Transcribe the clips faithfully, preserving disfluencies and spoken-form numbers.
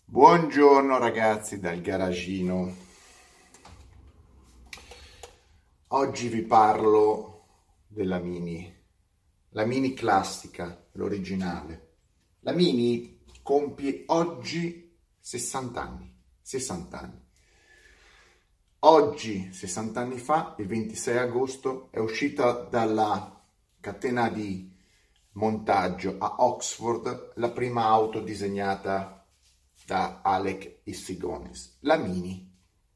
Buongiorno ragazzi dal garagino. Oggi vi parlo della Mini, la Mini classica, l'originale. La Mini compie oggi sessanta anni, sessanta anni. Oggi, sessanta anni fa, il ventisei agosto, è uscita dalla catena di montaggio a Oxford la prima auto disegnata da Alec Issigonis, la Mini.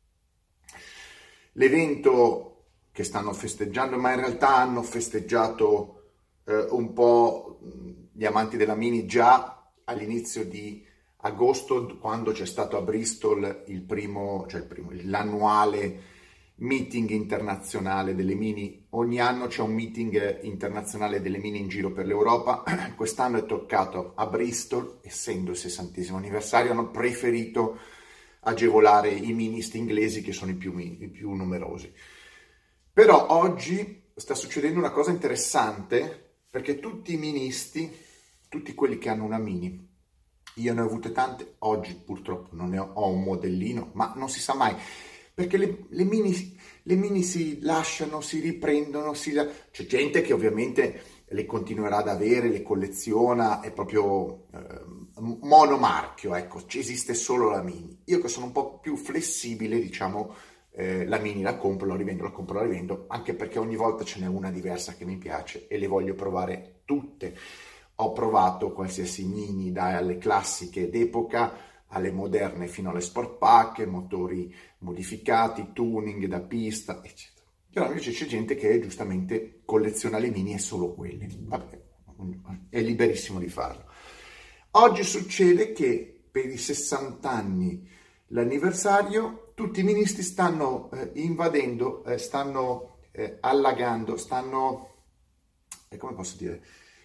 L'evento che stanno festeggiando, ma in realtà hanno festeggiato eh, un po' gli amanti della Mini già all'inizio di agosto, quando c'è stato a Bristol il primo, cioè il primo, l'annuale meeting internazionale delle Mini. Ogni anno c'è un meeting internazionale delle Mini in giro per l'Europa. Quest'anno è toccato a Bristol, essendo il sessantesimo anniversario, hanno preferito agevolare i ministi inglesi, che sono i più, i più numerosi. Però oggi sta succedendo una cosa interessante, perché tutti i ministri, tutti quelli che hanno una Mini, io ne ho avute tante, oggi purtroppo non ne ho, ho un modellino, ma non si sa mai, perché le, le, mini, le mini si lasciano, si riprendono, si, c'è gente che ovviamente le continuerà ad avere, le colleziona, è proprio eh, monomarchio, ecco, ci esiste solo la Mini. Io che sono un po' più flessibile, diciamo, eh, la Mini la compro, la rivendo, la compro, la rivendo, anche perché ogni volta ce n'è una diversa che mi piace e le voglio provare tutte. Ho provato qualsiasi Mini, dalle classiche d'epoca alle moderne fino alle sport pack, motori modificati, tuning da pista, eccetera. Però invece c'è gente che giustamente colleziona le Mini e solo quelle. Vabbè, è liberissimo di farlo. Oggi succede che per i sessanta anni, l'anniversario, tutti i ministri stanno eh, invadendo, eh, stanno eh, allagando, stanno, eh, come posso dire,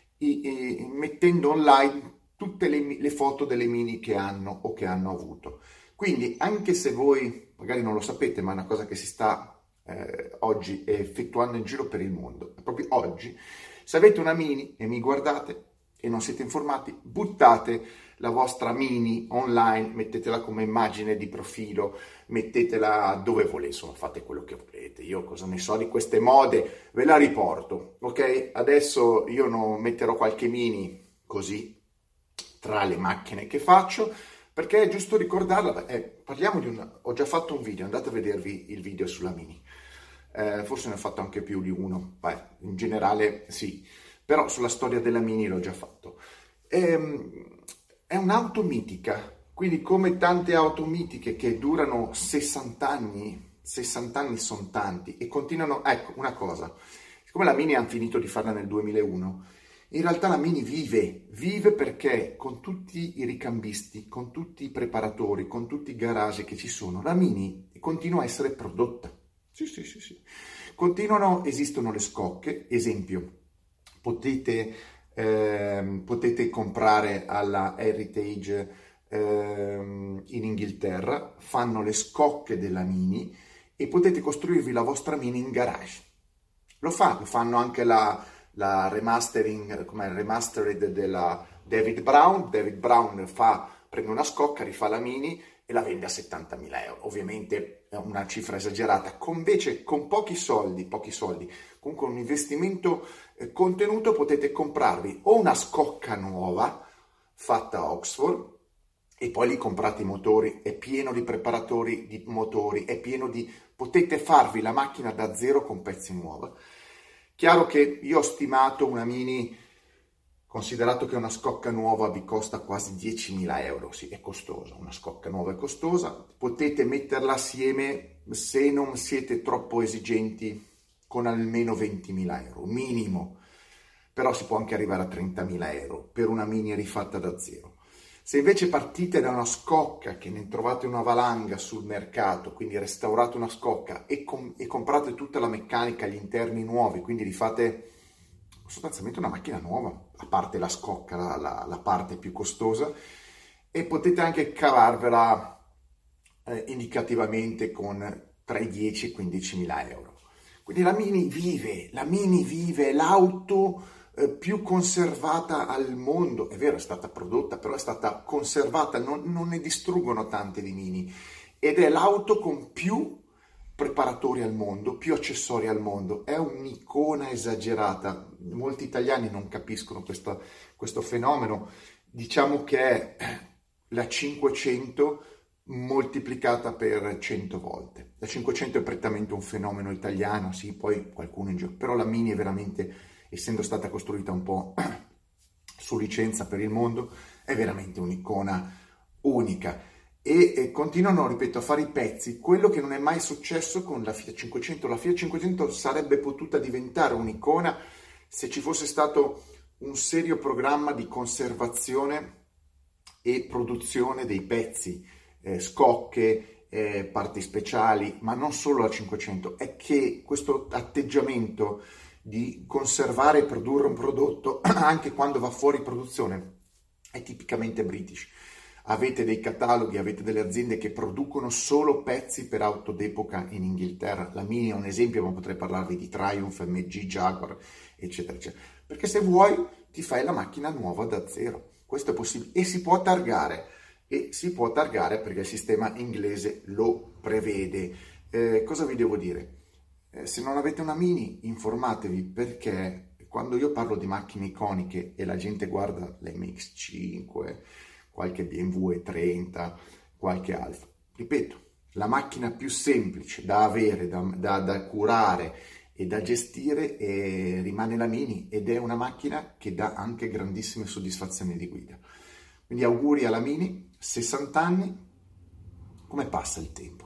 i, i, mettendo online tutte le, le foto delle Mini che hanno o che hanno avuto. Quindi anche se voi magari non lo sapete, ma è una cosa che si sta eh, oggi effettuando in giro per il mondo, proprio oggi, se avete una Mini e mi guardate e non siete informati, buttate la vostra Mini online, mettetela come immagine di profilo, mettetela dove volete, insomma fate quello che volete. Io cosa ne so di queste mode, ve la riporto, ok? Adesso io non metterò qualche Mini così tra le macchine che faccio, perché è giusto ricordarla. Eh, parliamo di un... ho già fatto un video, andate a vedervi il video sulla Mini, eh, forse ne ho fatto anche più di uno. Beh, in generale sì, però sulla storia della Mini l'ho già fatto. Ehm, è un'auto mitica, quindi come tante auto mitiche che durano sessanta anni, sessanta anni sono tanti e continuano. Ecco una cosa, siccome la Mini hanno finito di farla nel duemilauno, in realtà la Mini vive, vive perché con tutti i ricambisti, con tutti i preparatori, con tutti i garage che ci sono, la Mini continua a essere prodotta. Sì, sì, sì, sì. Continuano, esistono le scocche, esempio, potete, ehm, potete comprare alla Heritage ehm, in Inghilterra, fanno le scocche della Mini e potete costruirvi la vostra Mini in garage. Lo fa, lo fanno anche la... la remastering, come remastered della David Brown. David Brown fa, prende una scocca, rifà la Mini e la vende a settantamila euro. Ovviamente è una cifra esagerata, con, invece con pochi soldi, pochi soldi, comunque un investimento eh, contenuto, potete comprarvi o una scocca nuova fatta a Oxford e poi lì comprate i motori, è pieno di preparatori di motori, è pieno di... potete farvi la macchina da zero con pezzi nuovi. Chiaro che io ho stimato una Mini, considerato che una scocca nuova vi costa quasi diecimila euro, sì, è costosa, una scocca nuova è costosa, potete metterla assieme, se non siete troppo esigenti, con almeno ventimila euro, minimo, però si può anche arrivare a trentamila euro per una Mini rifatta da zero. Se invece partite da una scocca, che ne trovate una valanga sul mercato, quindi restaurate una scocca e, com- e comprate tutta la meccanica, gli interni nuovi, quindi rifate sostanzialmente una macchina nuova, a parte la scocca, la, la, la parte più costosa, e potete anche cavarvela eh, indicativamente con tra i dieci e i quindicimila euro. Quindi la Mini vive, la Mini vive, l'auto eh, più conservata al mondo. È vero, è stata prodotta, però è stata conservata, non, non ne distruggono tante di Mini. Ed è l'auto con più preparatori al mondo, più accessori al mondo. È un'icona esagerata. Molti italiani non capiscono questo, questo fenomeno. Diciamo che è la cinquecento moltiplicata per cento volte. La cinquecento è prettamente un fenomeno italiano, sì, poi qualcuno in giro, però la Mini è veramente, essendo stata costruita un po' su licenza per il mondo, è veramente un'icona unica. E, e continuano, ripeto, a fare i pezzi, quello che non è mai successo con la Fiat cinquecento. La Fiat cinquecento sarebbe potuta diventare un'icona se ci fosse stato un serio programma di conservazione e produzione dei pezzi, eh, scocche, eh, parti speciali, ma non solo la cinquecento. È che questo atteggiamento di conservare e produrre un prodotto anche quando va fuori produzione è tipicamente british. Avete dei cataloghi, avete delle aziende che producono solo pezzi per auto d'epoca in Inghilterra. La Mini è un esempio, ma potrei parlarvi di Triumph, M G, Jaguar, eccetera, eccetera. Perché se vuoi ti fai la macchina nuova da zero. Questo è possibile e si può targare. E si può targare perché il sistema inglese lo prevede. Eh, cosa vi devo dire? Eh, se non avete una Mini, informatevi, perché quando io parlo di macchine iconiche e la gente guarda l'M X cinque, qualche B M W E trenta, qualche Alfa, ripeto, la macchina più semplice da avere, da, da, da curare e da gestire e rimane la Mini, ed è una macchina che dà anche grandissime soddisfazioni di guida. Quindi auguri alla Mini, sessanta anni, come passa il tempo?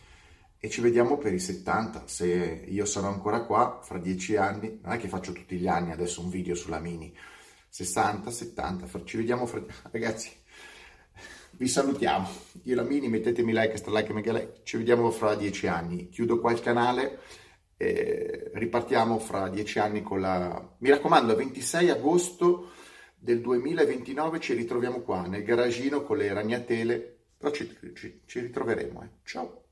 E ci vediamo per i settanta, se io sarò ancora qua fra dieci anni, non è che faccio tutti gli anni adesso un video sulla Mini, sessanta, settanta, ci vediamo fra... Ragazzi, vi salutiamo, io la Mini, mettetemi like, stra like, mega like, ci vediamo fra dieci anni, chiudo qua il canale, eh, ripartiamo fra dieci anni con la... Mi raccomando, ventisei agosto del duemilaventinove ci ritroviamo qua nel garagino con le ragnatele, però ci, ci, ci ritroveremo, eh. Ciao!